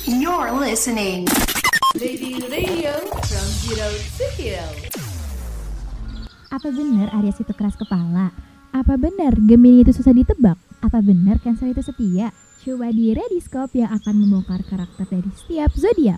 You're listening. Lady Radio from Zero to Hero. Apa benar Aries itu keras kepala? Apa benar Gemini itu susah ditebak? Apa benar Cancer itu setia? Coba di Rediscope yang akan membongkar karakter dari setiap zodiak.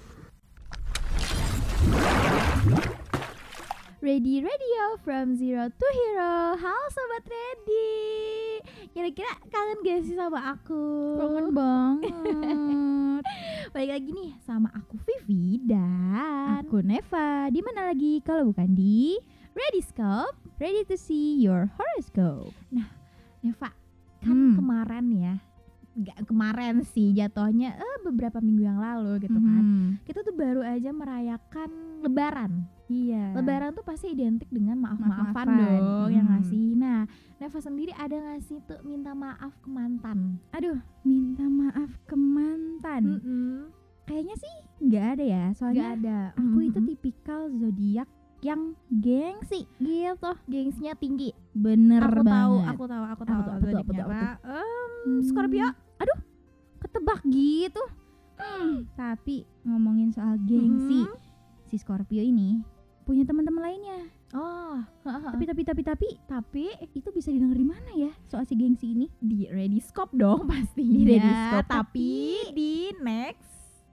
Ready Radio from Zero to Hero. Halo Sobat Ready. Kira-kira kangen gak sih sama aku? Kangen banget. Balik lagi nih sama aku Vivi dan aku Neva. Di mana lagi kalau bukan di Rediscope, ready to see your horoscope. Nah, Neva, kan kemarin ya, gak kemarin sih jatuhnya beberapa minggu yang lalu gitu kan. Kita tuh baru aja merayakan Lebaran. Iya. Lebaran tuh pasti identik dengan maaf-maafan Maaf-maafan. dong, ya nggak sih? Nah, Neva sendiri ada nggak sih tuh minta maaf ke mantan? Aduh, minta maaf ke mantan. Kayaknya sih nggak ada ya, soalnya Nggak ada. aku itu tipikal zodiak yang gengsi gitu. Gengsinya tinggi. Bener Aku banget. tahu. Apa tuh, zodiaknya apa? Scorpio. Aduh, ketebak gitu. Tapi ngomongin soal gengsi, si Scorpio ini punya teman-teman lainnya. Oh, Tapi itu bisa didengar di mana ya soal si gengsi ini? di Rediscope dong pastinya. Di Rediscope, tapi di next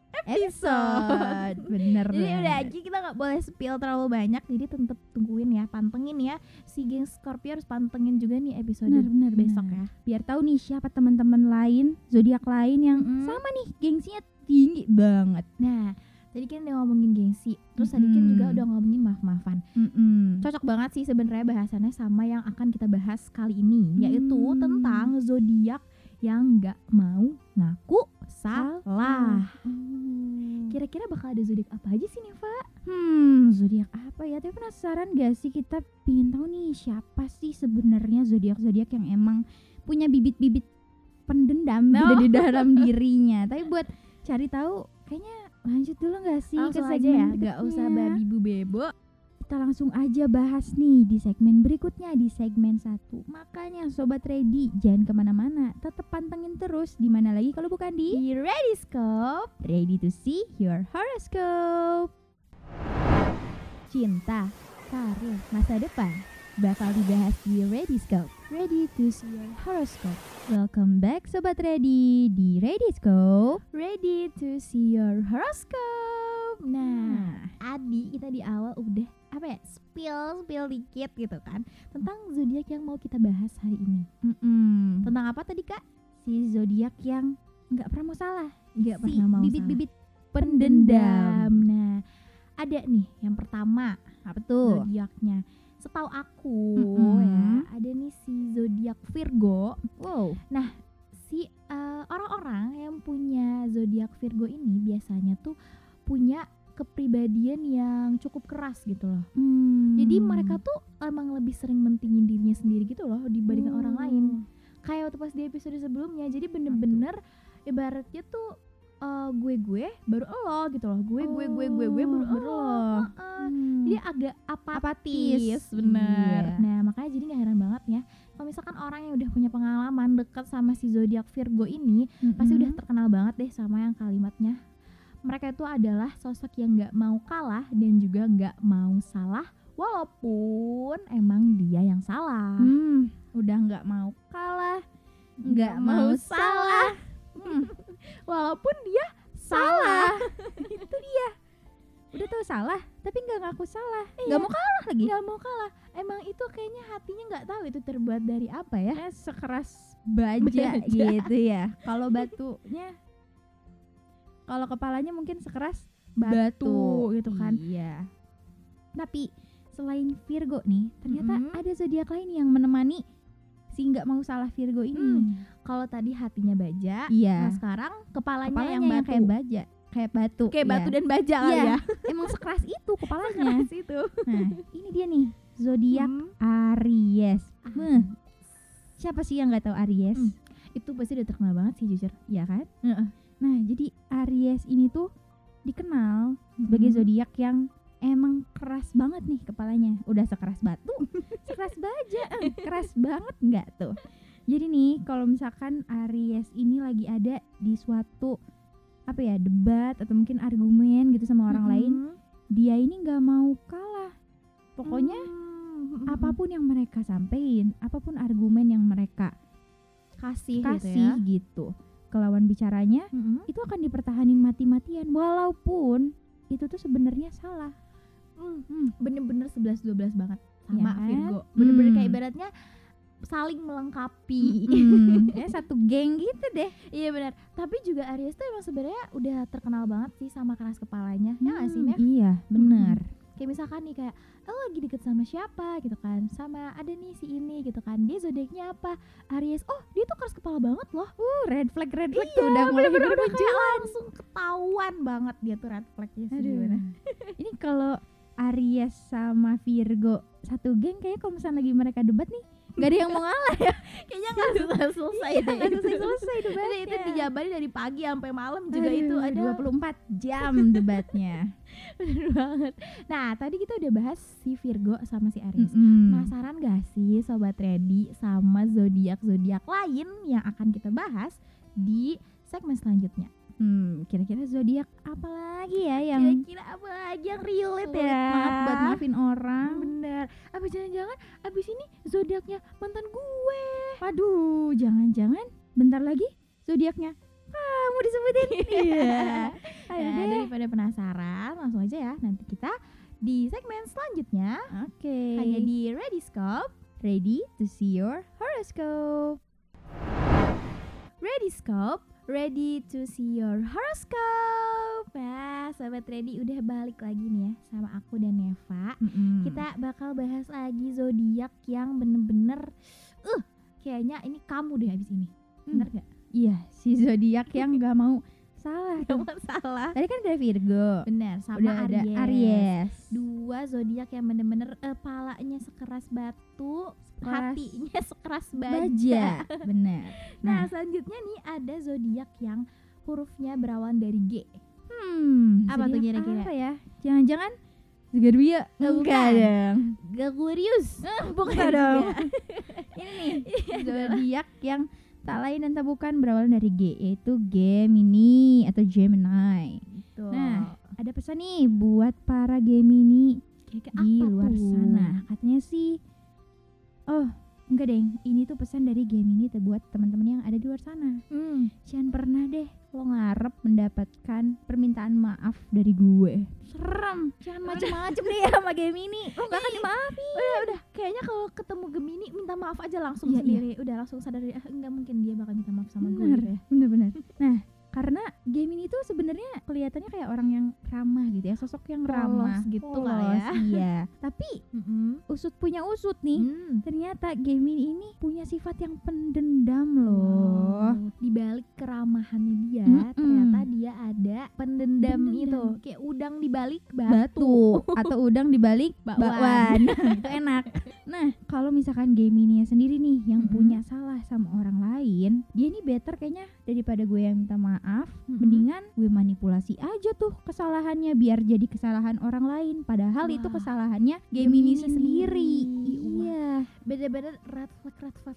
Episode. Bener. Jadi udah aja kita nggak boleh spill terlalu banyak. Jadi tetap tungguin ya, pantengin ya. Si geng Scorpio harus pantengin juga nih episode Bener, besok bener. ya. Biar tahu nih siapa teman-teman lain zodiak lain yang sama nih gengsinya tinggi banget. Nah, tadi kan udah ngomongin gengsi. Terus tadi kan juga udah ngomongin maaf-maafan. Cocok banget sih sebenarnya bahasannya sama yang akan kita bahas kali ini, yaitu tentang zodiak yang nggak mau ngaku salah. Kira-kira bakal ada zodiak apa aja sih Neva? Zodiak apa ya? Tapi penasaran gak sih, kita pingin tahu nih siapa sih sebenarnya zodiak-zodiak yang emang punya bibit-bibit pendendam gitu di dalam dirinya. Tapi buat cari tahu kayaknya lanjut dulu gak sih Langsung ke aja segmen ya, gak berikutnya. usah babi bu bebo. Kita langsung aja bahas nih di segmen berikutnya, di segmen 1. Makanya Sobat Ready, jangan kemana-mana, tetap pantengin terus. Di mana lagi kalau bukan di Rediscope. Ready to see your horoscope. Cinta, karir, masa depan bakal dibahas di Rediscope. Ready to see your horoscope. Welcome back Sobat Ready di Rediscope. Ready to see your horoscope. Nah, Adi kita di awal udah spill dikit gitu kan tentang zodiak yang mau kita bahas hari ini. Tentang apa tadi Kak? Si zodiak yang nggak pernah mau salah, Nggak si pernah mau bibit-bibit Pendendam. pendendam. Nah, ada nih yang pertama Apa tuh? zodiaknya. Setahu aku Mm-mm. ya, ada nih si zodiak Virgo. Wow. Si orang-orang yang punya zodiak Virgo ini biasanya tuh punya kepribadian yang cukup keras gitu loh. Jadi mereka tuh emang lebih sering mentingin dirinya sendiri gitu loh dibandingkan orang lain. Kayak waktu pas di episode sebelumnya. Jadi bener-bener ibaratnya tuh gue baru lo gitu loh. Gue baru lo. Jadi agak apatis. Bener. Iya. Nah makanya jadi gak heran banget ya kalau misalkan orang yang udah punya pengalaman dekat sama si zodiak Virgo ini pasti udah terkenal banget deh sama yang kalimatnya. Mereka itu adalah sosok yang gak mau kalah dan juga gak mau salah walaupun emang dia yang salah. Udah nggak mau kalah, nggak mau mau salah. Walaupun dia salah. Itu dia. Udah tahu salah, tapi nggak ngaku salah. Nggak mau kalah lagi. Gak mau kalah. Emang itu kayaknya hatinya gak tahu itu terbuat dari apa ya. Sekeras baja gitu ya. Kalau batunya, kalau kepalanya mungkin sekeras batu gitu kan. Iya. Tapi selain Virgo nih, ternyata ada zodiak lain yang menemani si nggak mau salah Virgo ini. Kalau tadi hatinya baja, Iya. nah sekarang kepalanya yang Kepalanya batu. kayak baja, kayak batu. Kayak Iya. batu dan baja kali Iya. ya. Emang sekeras itu kepalanya. Keras itu. Nah, ini dia nih zodiak Aries. Siapa sih yang nggak tahu Aries? Itu pasti udah terkenal banget sih jujur. Ya kan? Nah, jadi Aries ini tuh dikenal sebagai zodiak yang emang keras banget nih kepalanya. Udah sekeras batu, sekeras baja, keras banget nggak tuh? Jadi nih kalau misalkan Aries ini lagi ada di suatu apa ya, debat atau mungkin argumen gitu sama orang lain, dia ini nggak mau kalah. Pokoknya apapun yang mereka sampein, apapun argumen yang mereka kasih gitu ke lawan bicaranya, itu akan dipertahanin mati-matian walaupun itu tuh sebenarnya salah. Bener-bener 11-12 banget sama Ya kan? Virgo. Bener-bener kayak ibaratnya saling melengkapi. Ya satu geng gitu deh. Iya benar. Tapi juga Aries tuh emang sebenarnya udah terkenal banget sih sama keras kepalanya. Ya nggak sih, Mev? Iya, benar. Kayak misalkan nih kayak lo lagi deket sama siapa gitu kan, sama ada nih si ini gitu kan, dia zodiaknya apa, Aries. Oh dia tuh keras kepala banget loh. Red flag tuh udah mulai bener-bener bermunculan. kayak langsung ketahuan banget dia tuh red flagnya sih. Gimana? Ini kalau Aries sama Virgo satu geng, kayaknya kalau misalnya lagi mereka debat nih, gak ada yang mau ngalah ya. Kayaknya nggak selesai deh. Nggak selesai Jadi debatnya. itu dijabarin dari pagi sampai malam juga. Aduh, Itu ada 24 jam debatnya. bener banget. Nah tadi kita udah bahas si Virgo sama si Aries. Mm-mm. Penasaran gak sih Sobat Ready sama zodiak-zodiak lain yang akan kita bahas di segmen selanjutnya? Kira-kira zodiak apa lagi ya yang Kira-kira apa lagi yang relate sulit ya? banget buat maafin orang? Bener. Apa jangan-jangan abis ini zodiaknya mantan gue? Waduh, jangan-jangan bentar lagi zodiaknya kamu disebutin. Iya. Ayo Nah, deh. daripada penasaran, langsung aja ya. Nanti kita di segmen selanjutnya Oke. hanya di Rediscope. Ready to see your horoscope. Rediscope, ready to see your horoscope. Nah, Sobat Ready udah balik lagi nih ya sama aku dan Neva. Kita bakal bahas lagi zodiak yang bener-bener kayaknya ini kamu deh abis ini. Bener gak? Iya, si zodiak yang nggak mau salah. Gak masalah. Tadi kan ada Virgo, Bener, sama udah ada Aries. Dua zodiak yang bener-bener palanya sekeras batu, hatinya sekeras baja. Bener. Nah, selanjutnya nih ada zodiak yang hurufnya berawal dari G. Apa tuh zodiak kira-kira? Apa ya? Jangan-jangan Zodiak Bukan. dong. Gregorius. Bukan dong. Ini nih zodiak yang tak lain dan tak bukan berawal dari G, yaitu Gemini atau Gemini. Tuh. Nah, ada pesan nih buat para Gemini Kira-kira di apa luar tuh? sana. Katanya sih, oh enggak deh, ini tuh pesan dari Gemini buat teman-teman yang ada di luar sana. Jangan pernah deh lo ngarep mendapatkan permintaan maaf dari gue. Serem. Jangan macem-macem deh ya sama Gemini. Lo gak akan dimaafin. Udah, kayaknya kalau ketemu Gemini minta maaf aja langsung Iya, sendiri. Udah langsung sadar diri, enggak mungkin dia bakal minta maaf sama gue Bener. gitu ya. Bener-bener. Nah, karena Gemini itu sebenarnya kelihatannya kayak orang yang ramah gitu ya, sosok yang Polos ramah gitu polos, lah ya. Iya. Tapi usut punya usut nih. Ternyata Gemini ini punya sifat yang pendendam loh. Di balik keramahannya dia, Mm-mm. ternyata dia ada pendendam Pendendam. itu. Kayak udang di balik Batu atau udang dibalik Bakwan. bakwan. Itu enak. Nah, kalau misalkan Gemini sendiri nih yang punya salah sama orang lain, dia ini better kayaknya daripada gue yang minta maaf. Mendingan gue manipulasi aja tuh kesalahannya biar jadi kesalahan orang lain, padahal itu Wah. kesalahannya Gemini Gemini sendiri. sendiri. Iya. Bener-bener red flag.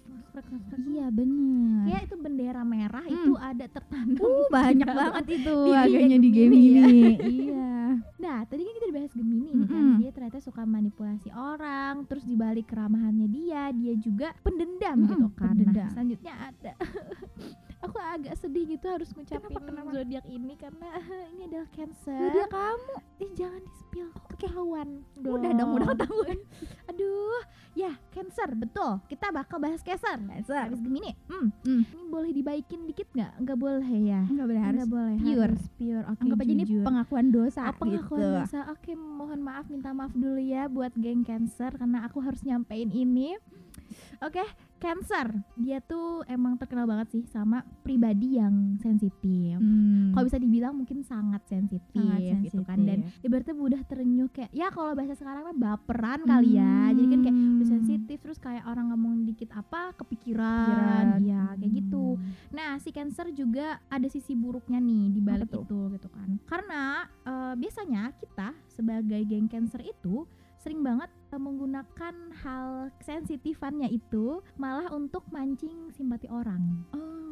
Iya bener. Kayak itu bendera merah itu ada tertanam. Banyak Di banget itu di agaknya di Gemini ya. Gemini. Iya. Nah, tadi kan kita dibahas Gemini nih kan. Mm-mm. Dia ternyata suka manipulasi orang, terus dibalik keramahannya dia juga pendendam Mm-mm, gitu kan. pendendam. Nah, selanjutnya ada aku agak sedih gitu harus ngucapin Kenapa? zodiak ini karena ini adalah Cancer. Zodiak kamu. Jangan di-spill ketahuan. Udah dong, udah ketahuan. Aduh, ya Cancer betul. Kita bakal bahas Cancer. Habis Gemini. Ini boleh dibaikin dikit nggak? Nggak boleh ya. Enggak boleh, harus Nggak boleh. pure. Harus pure. Oke, anggap aja ini jujur. pengakuan dosa Apa pengakuan gitu. dosa? Oke, mohon maaf, minta maaf dulu ya buat geng Cancer karena aku harus nyampein ini. Oke, Cancer, dia tuh emang terkenal banget sih sama pribadi yang sensitif. Kalau bisa dibilang mungkin sangat sensitif gitu kan, dan ibaratnya mudah terenyuh kayak ya kalau bahasa sekarang mah baperan kali ya. Jadi kan kayak udah sensitif terus kayak orang ngomong dikit apa kepikiran. Ya kayak gitu. Nah, si Cancer juga ada sisi buruknya nih di balik Apa itu gitu kan. Karena biasanya kita sebagai geng Cancer itu sering banget menggunakan hal sensitifannya itu malah untuk mancing simpati orang.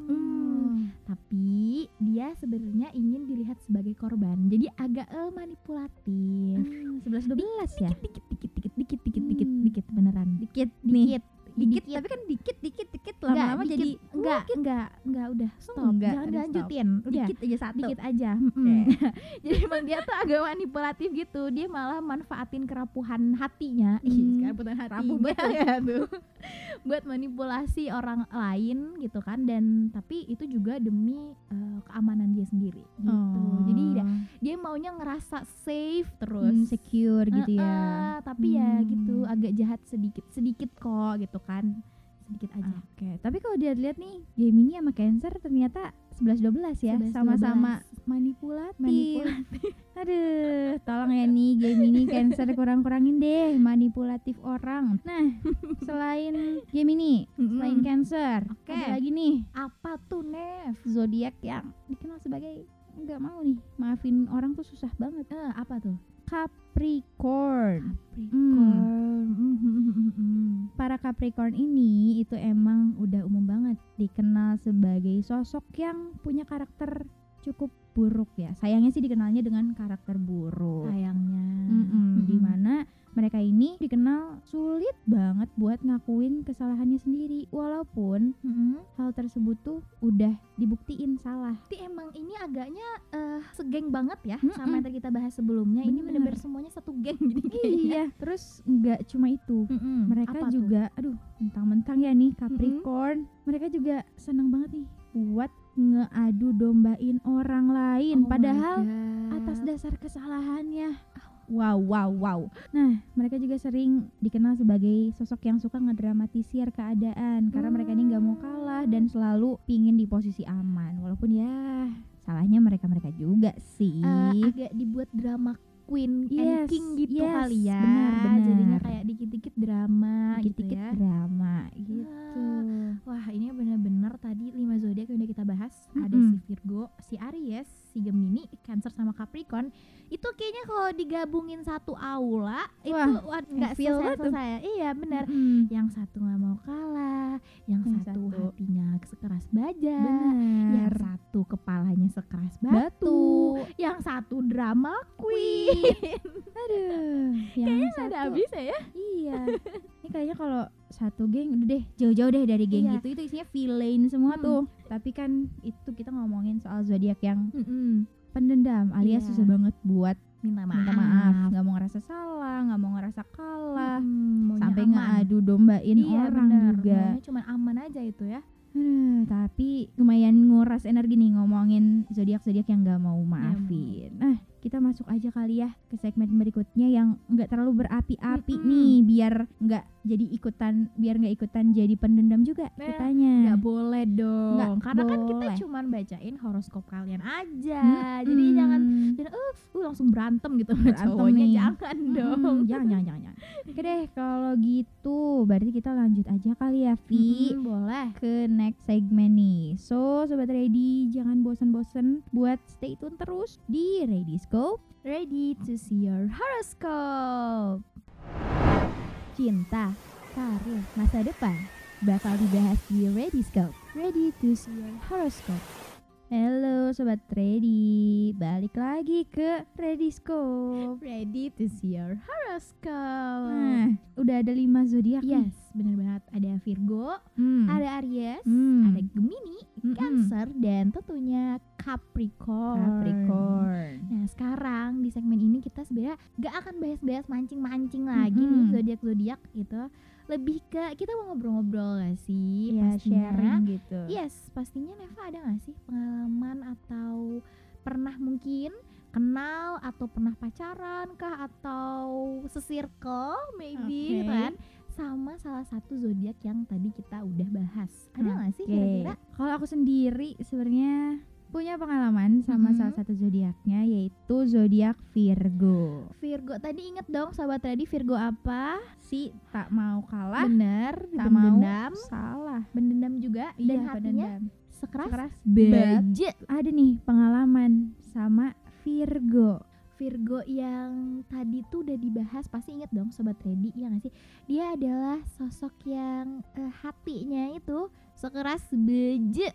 Tapi dia sebenarnya ingin dilihat sebagai korban, jadi agak manipulatif. 11-12 ya? Dikit beneran. Dikit Dikit. tapi kan dikit lama-lama jadi enggak udah stop. Enggak, Jangan udah dilanjutin. Udah. dikit aja satu. Dikit aja. Oke. Jadi emang dia tuh agak manipulatif gitu. Dia malah manfaatin kerapuhan hatinya. Kerapuhan hatinya. Rapuh betul ya tuh. Buat manipulasi orang lain gitu kan, dan tapi itu juga demi keamanan dia sendiri gitu. Jadi dia maunya ngerasa safe terus. Secure gitu ya. Tapi ya gitu agak jahat sedikit kok gitu kan. Sedikit aja. Oke, tapi kalau dilihat nih Gemini sama Cancer ternyata 11-12 ya, 11-12. sama-sama manipulatif. Aduh, tolong ya nih Gemini Cancer kurang-kurangin deh manipulatif orang. Nah, selain Gemini, selain Cancer, Oke. ada lagi nih Apa tuh, Nev? zodiak yang dikenal sebagai nggak mau nih maafin orang tuh susah banget. Apa tuh? Capricorn. Capricorn. Para Capricorn ini itu emang udah umum banget dikenal sebagai sosok yang punya karakter cukup buruk ya. Sayangnya sih dikenalnya dengan karakter buruk. Sayangnya. Dimana mereka ini dikenal sulit banget buat ngakuin kesalahannya sendiri, walaupun hal tersebut tuh udah dibuktiin salah. Tapi emang ini agaknya segeng banget ya sama yang tadi kita bahas sebelumnya. Ini Bener. bener-bener semuanya satu geng gini kayaknya. Iya, terus nggak cuma itu. Mereka Apa juga, mentang-mentang ya nih Capricorn, mereka juga senang banget nih buat ngeadu dombain orang lain, Oh padahal my God. atas dasar kesalahannya. Wow. Nah, mereka juga sering dikenal sebagai sosok yang suka ngedramatisir keadaan karena mereka ini nggak mau kalah dan selalu pingin di posisi aman, walaupun ya salahnya mereka juga sih. Agak dibuat drama queen and Yes, king gitu yes, kali ya. benar. Jadinya kayak dikit-dikit drama Dikit-dikit gitu ya. drama gitu. Wah, ini bener-bener tadi 5 zodiak yang udah kita bahas. Ada si Virgo, si Aries, si Gemini, Cancer sama Capricorn. Itu kayaknya kalau digabungin satu aula itu nggak feel banget tuh. selesai. Iya benar. Yang satu nggak mau kalah, yang satu hatinya sekeras baja, yang Benar. satu kepalanya sekeras batu, yang satu drama queen. Aduh, yang Kayaknya nggak ada habisnya ya. Iya. Ini kayaknya kalau satu geng udah deh jauh-jauh deh dari geng Iya. gitu. Itu isinya villain semua tuh. Tapi kan itu kita ngomongin soal zodiak yang pendendam alias Iya. susah banget buat Minta minta maaf, nggak mau ngerasa salah, nggak mau ngerasa kalah, sampai ngadu dombain orang juga. Maunya cuma aman aja itu ya. Tapi lumayan nguras energi nih ngomongin zodiak-zodiak yang nggak mau maafin. Nah, kita masuk aja kali ya ke segmen berikutnya yang nggak terlalu berapi-api nih, biar nggak ikutan jadi pendendam juga kitanya. Nggak boleh dong. Nggak Karena kan kita boleh. cuman bacain horoskop kalian aja. Jadi jangan langsung berantem gitu sama Berantem cowoknya. nih. Jangan dong. Jangan. Oke deh, kalau gitu berarti kita lanjut aja kali ya, Vi. Boleh. Ke next segmen nih. So, sobat ready, jangan bosan-bosan buat stay tune terus di Radiscope. Ready to see your horoscope. Cinta, karir, masa depan bakal dibahas di Radiscope. Ready to see your horoscope. Halo sobat ready, balik lagi ke Radiscope. Ready to see your horoscope. Nah, udah ada 5 zodiak nih. Yes, benar banget. Ada Virgo, ada Aries, Hmm. ada Gemini, Cancer, dan tentunya Capricorn. Nah, sekarang di segmen ini kita sebenarnya gak akan bahas-bahas mancing-mancing lagi nih zodiak-zodiak gitu. Lebih ke kita mau ngobrol-ngobrol gak sih? Ya, pastinya. sharing gitu. Yes, pastinya Neva ada gak sih pengalaman atau pernah mungkin kenal atau pernah pacaran kah atau se-circle maybe gitu kan sama salah satu zodiak yang tadi kita udah bahas. Ada gak sih kira-kira? Kalau aku sendiri sebenarnya punya pengalaman sama salah satu zodiaknya, yaitu zodiak Virgo. Virgo, tadi inget dong sahabat tadi Virgo apa? Si tak mau kalah, Bener, tak mau bendendam, salah. bendendam juga, dan Iya, hatinya pendendam. sekeras But baja. ada nih pengalaman sama Virgo. Virgo yang tadi Ready tuh udah dibahas, pasti inget dong Sobat Ready, ya gak sih? Dia adalah sosok yang hatinya itu sekeras beje,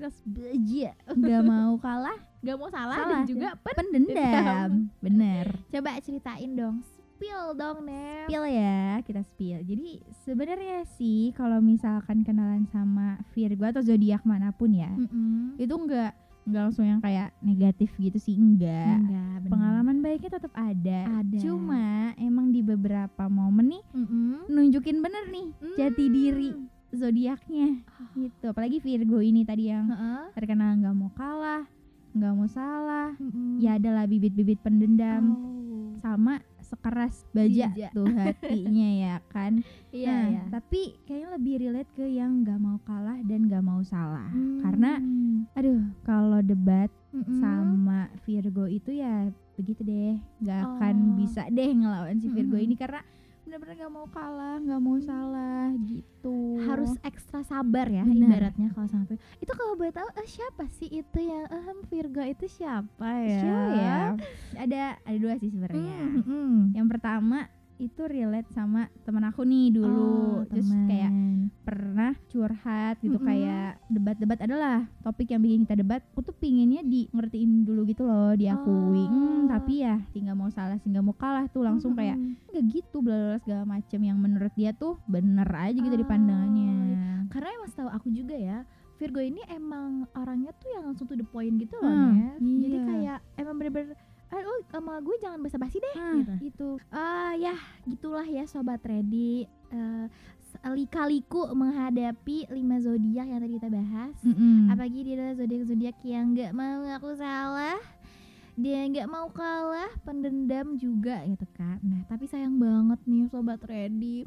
Gak mau kalah, gak mau salah dan juga pendendam. Bener. Coba ceritain dong, spill dong Nep. Spill ya, kita spill. Jadi sebenarnya sih kalau misalkan kenalan sama Virgo atau zodiak manapun ya, itu enggak langsung yang kayak negatif gitu sih, enggak. Bener. Pengalaman baiknya tetap ada. Cuma emang di beberapa momen nih nunjukin bener nih jati diri zodiaknya gitu. Apalagi Virgo ini tadi yang terkenal nggak mau kalah, nggak mau salah, ya adalah bibit-bibit pendendam sama sekeras baja tuh hatinya ya kan. Iya. Tapi kayaknya lebih relate ke yang nggak mau kalah dan nggak mau salah. Karena aduh, kalau debat sama Virgo itu ya begitu deh, nggak akan bisa deh ngelawan si Virgo ini karena benar-benar nggak mau kalah, nggak mau salah gitu. Harus ekstra sabar ya. Bener. Ibaratnya kalau sampai itu, kalau boleh tahu siapa sih itu yang Virgo itu siapa ya? Siapa ya? Ada dua sih sebenarnya. Yang pertama itu relate sama teman aku nih dulu, terus kayak pernah curhat gitu, kayak debat-debat adalah topik yang bikin kita debat. Aku tuh pinginnya di ngertiin dulu gitu loh, diakui. Tapi ya nggak mau salah sih, nggak mau kalah tuh langsung kayak nggak gitu, bla segala macem yang menurut dia tuh bener aja gitu di pandangannya. Karena emang setahu aku juga ya, Virgo ini emang orangnya tuh yang langsung to the point gitu loh Nef. Jadi kayak emang bener-bener sama gue jangan basa-basi deh gitu. Ya gitulah ya Sobat Ready, lika-liku menghadapi 5 zodiak yang tadi kita bahas. Apalagi dia adalah zodiak yang nggak mau aku salah, dia nggak mau kalah, pendendam juga gitu kan. Nah tapi sayang banget nih Sobat Ready,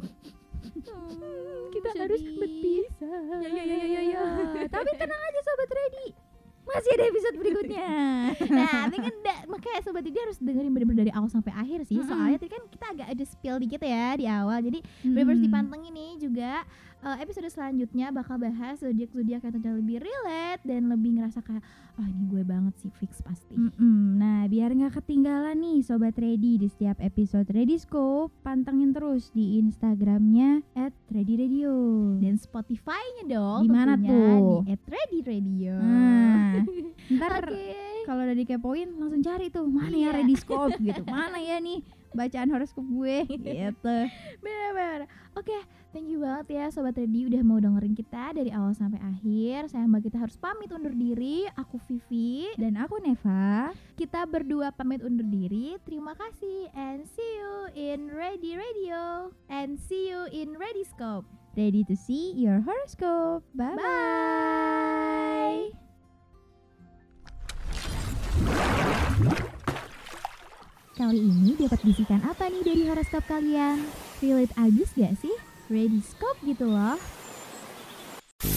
kita harus berpisah. Ya. Tapi tenang aja Sobat Ready, masih ada episode berikutnya. Nah, tapi kan makanya Sobat Ready harus dengerin bener-bener dari awal sampai akhir sih. Soalnya tadi kan kita agak ada spill dikit ya di awal. Jadi bener-bener dipantengin nih juga. Episode selanjutnya bakal bahas zodiak-zodiak yang tentunya lebih relate dan lebih ngerasa kayak ini gue banget sih, fix pasti. Nah, biar nggak ketinggalan nih Sobat Ready di setiap episode Readyscope, pantengin terus di Instagramnya @readyradio Dan Spotify-nya dong. Di mana tuh? Di @readyradio. Ntar kalau udah dikepoin langsung cari tuh mana ya Readyscope gitu, mana ya nih bacaan horoskop gue gitu. Bener-bener. Oke, thank you banget ya Sobat Ready udah mau dengerin kita dari awal sampai akhir. Sayang banget kita harus pamit undur diri. Aku Vivi dan aku Neva. Kita berdua pamit undur diri. Terima kasih and see you in Ready Radio and see you in Readyscope. Ready to see your horoscope. Bye. Kali ini dapat bisikan apa nih dari horoskop kalian? Relate abis gak sih? Readyscope gitu loh.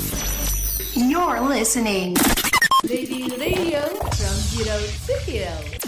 You're listening Ready Radio from 0 to Hero.